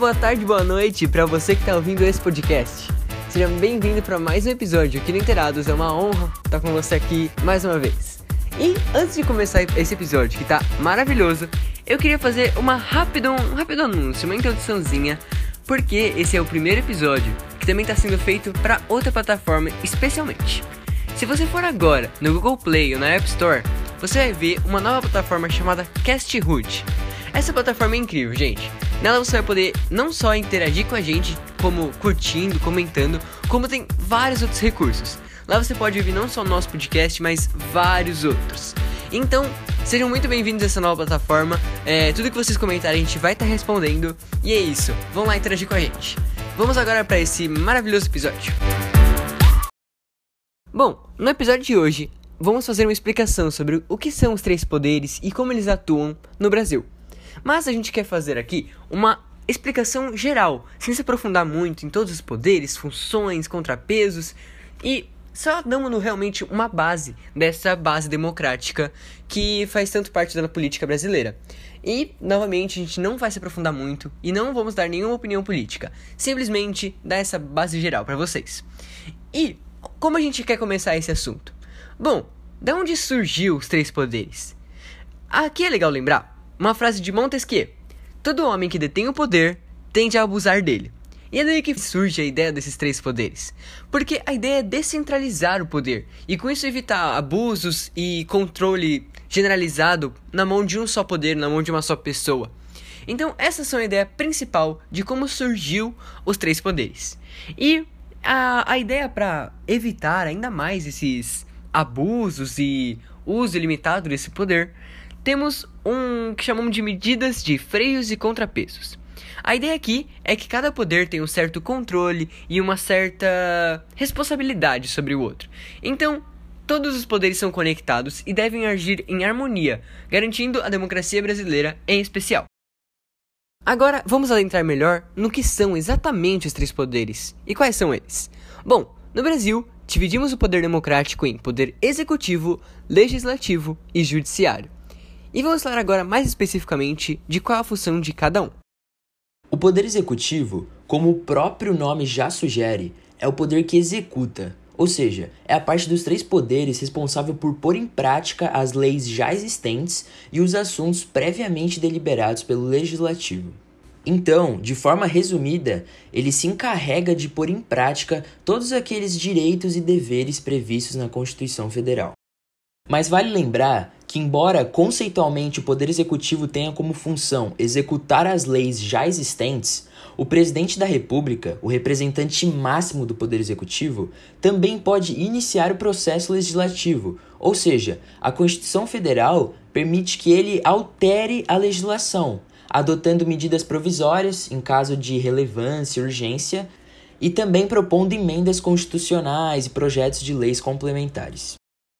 boa tarde, boa noite para você que está ouvindo esse podcast. Seja bem-vindo para mais um episódio aqui no Inteirados. É uma honra estar com você aqui mais uma vez. E antes de começar esse episódio, que tá maravilhoso, eu queria fazer um rápido anúncio, uma introduçãozinha, porque esse é o primeiro episódio que também está sendo feito para outra plataforma especialmente. Se você for agora no Google Play ou na App Store, você vai ver uma nova plataforma chamada Casthood. Essa plataforma é incrível, gente. Nela você vai poder não só interagir com a gente, como curtindo, comentando, como tem vários outros recursos. Lá você pode ouvir não só o nosso podcast, mas vários outros. Então, sejam muito bem-vindos a essa nova plataforma. Tudo que vocês comentarem a gente vai estar respondendo. E é isso, vão lá interagir com a gente. Vamos agora para esse maravilhoso episódio. Bom, no episódio de hoje, vamos fazer uma explicação sobre o que são os três poderes e como eles atuam no Brasil. Mas a gente quer fazer aqui uma explicação geral, sem se aprofundar muito em todos os poderes, funções, contrapesos e só dando realmente uma base dessa base democrática que faz tanto parte da política brasileira. E, novamente, a gente não vai se aprofundar muito e não vamos dar nenhuma opinião política, simplesmente dar essa base geral para vocês. E como a gente quer começar esse assunto? Bom, de onde surgiu os três poderes? Aqui é legal lembrar uma frase de Montesquieu: todo homem que detém o poder tende a abusar dele. E é daí que surge a ideia desses três poderes. Porque a ideia é descentralizar o poder e com isso evitar abusos e controle generalizado na mão de um só poder, na mão de uma só pessoa. Então essas são a ideia principal de como surgiu os três poderes. E a ideia para evitar ainda mais esses abusos e uso ilimitado desse poder, temos um que chamamos de medidas de freios e contrapesos. A ideia aqui é que cada poder tem um certo controle e uma certa responsabilidade sobre o outro. Então, todos os poderes são conectados e devem agir em harmonia, garantindo a democracia brasileira em especial. Agora, vamos adentrar melhor no que são exatamente os três poderes e quais são eles. Bom, no Brasil, dividimos o poder democrático em poder executivo, legislativo e judiciário. E vamos falar agora mais especificamente de qual a função de cada um. O poder executivo, como o próprio nome já sugere, é o poder que executa, ou seja, é a parte dos três poderes responsável por pôr em prática as leis já existentes e os assuntos previamente deliberados pelo legislativo. Então, de forma resumida, ele se encarrega de pôr em prática todos aqueles direitos e deveres previstos na Constituição Federal. Mas vale lembrar que, embora conceitualmente o Poder Executivo tenha como função executar as leis já existentes, o Presidente da República, o representante máximo do Poder Executivo, também pode iniciar o processo legislativo, ou seja, a Constituição Federal permite que ele altere a legislação, adotando medidas provisórias em caso de relevância e urgência, e também propondo emendas constitucionais e projetos de leis complementares.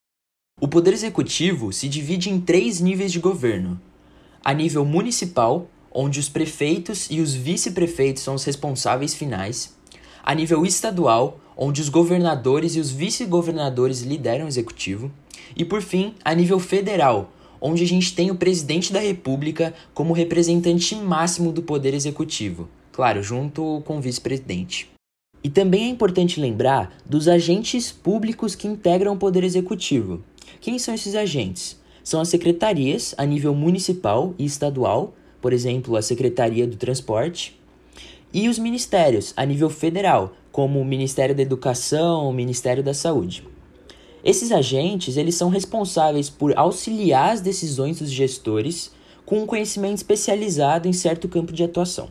O Poder Executivo se divide em três níveis de governo: a nível municipal, onde os prefeitos e os vice-prefeitos são os responsáveis finais; a nível estadual, onde os governadores e os vice-governadores lideram o executivo; e, por fim, a nível federal, onde a gente tem o presidente da República como representante máximo do Poder Executivo, claro, junto com o vice-presidente. E também é importante lembrar dos agentes públicos que integram o Poder Executivo. Quem são esses agentes? São as secretarias a nível municipal e estadual, por exemplo, a Secretaria do Transporte, e os ministérios a nível federal, como o Ministério da Educação, o Ministério da Saúde. Esses agentes, eles são responsáveis por auxiliar as decisões dos gestores com um conhecimento especializado em certo campo de atuação.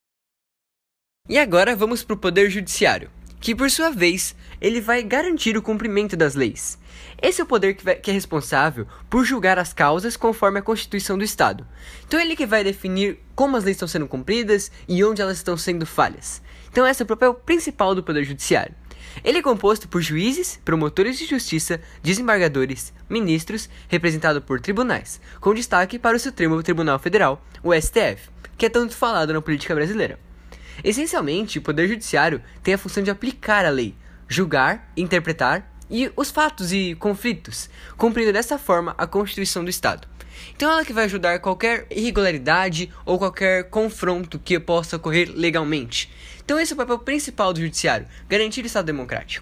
E agora vamos para o Poder Judiciário, que por sua vez, ele vai garantir o cumprimento das leis. Esse é o poder que é responsável por julgar as causas conforme a Constituição do Estado. Então é ele que vai definir como as leis estão sendo cumpridas e onde elas estão sendo falhas. Então esse é o papel principal do Poder Judiciário. Ele é composto por juízes, promotores de justiça, desembargadores, ministros, representado por tribunais, com destaque para o Supremo Tribunal Federal, o STF, que é tanto falado na política brasileira. Essencialmente, o Poder Judiciário tem a função de aplicar a lei, julgar, interpretar e os fatos e conflitos, cumprindo dessa forma a Constituição do Estado. Então ela que vai ajudar qualquer irregularidade ou qualquer confronto que possa ocorrer legalmente. Então esse é o papel principal do judiciário, garantir o Estado democrático.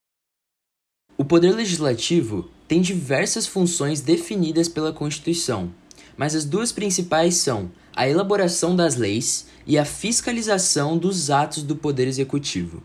O poder legislativo tem diversas funções definidas pela Constituição, mas as duas principais são a elaboração das leis e a fiscalização dos atos do poder executivo.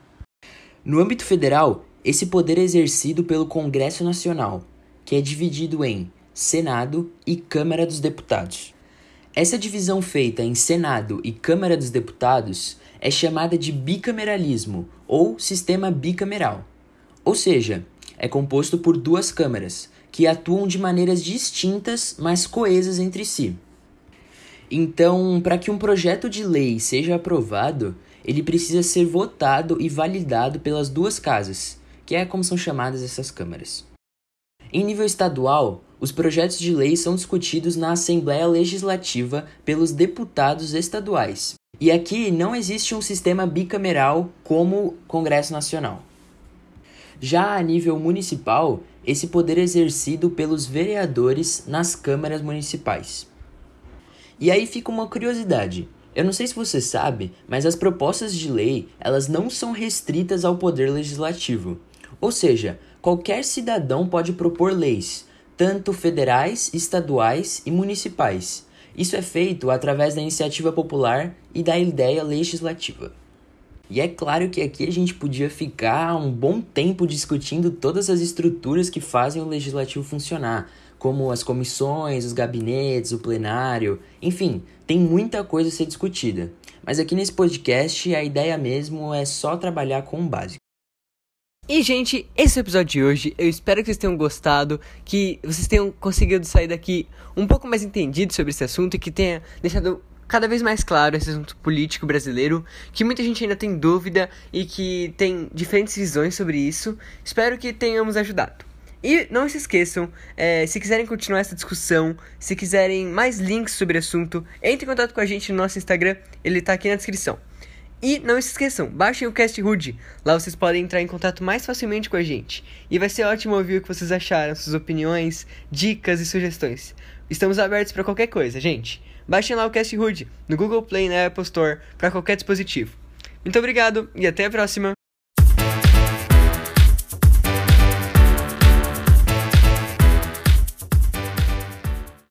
No âmbito federal, esse poder é exercido pelo Congresso Nacional, que é dividido em Senado e Câmara dos Deputados. Essa divisão feita em Senado e Câmara dos Deputados é chamada de bicameralismo ou sistema bicameral. Ou seja, é composto por duas câmaras, que atuam de maneiras distintas, mas coesas entre si. Então, para que um projeto de lei seja aprovado, ele precisa ser votado e validado pelas duas casas, que é como são chamadas essas câmaras. Em nível estadual, os projetos de lei são discutidos na Assembleia Legislativa pelos deputados estaduais. E aqui não existe um sistema bicameral como o Congresso Nacional. Já a nível municipal, esse poder é exercido pelos vereadores nas câmaras municipais. E aí fica uma curiosidade. Eu não sei se você sabe, mas as propostas de lei, elas não são restritas ao poder legislativo. Ou seja, qualquer cidadão pode propor leis, tanto federais, estaduais e municipais. Isso é feito através da iniciativa popular e da ideia legislativa. E é claro que aqui a gente podia ficar um bom tempo discutindo todas as estruturas que fazem o legislativo funcionar, como as comissões, os gabinetes, o plenário, enfim, tem muita coisa a ser discutida. Mas aqui nesse podcast a ideia mesmo é só trabalhar com o básico. E, gente, esse é o episódio de hoje. Eu espero que vocês tenham gostado, que vocês tenham conseguido sair daqui um pouco mais entendidos sobre esse assunto e que tenha deixado cada vez mais claro esse assunto político brasileiro, que muita gente ainda tem dúvida e que tem diferentes visões sobre isso. Espero que tenhamos ajudado. E não se esqueçam, se quiserem continuar essa discussão, se quiserem mais links sobre o assunto, entre em contato com a gente no nosso Instagram, ele tá aqui na descrição. E não se esqueçam, baixem o Cast Hood, lá vocês podem entrar em contato mais facilmente com a gente. E vai ser ótimo ouvir o que vocês acharam, suas opiniões, dicas e sugestões. Estamos abertos para qualquer coisa, gente. Baixem lá o Cast Hood, no Google Play e na Apple Store, para qualquer dispositivo. Muito obrigado e até a próxima!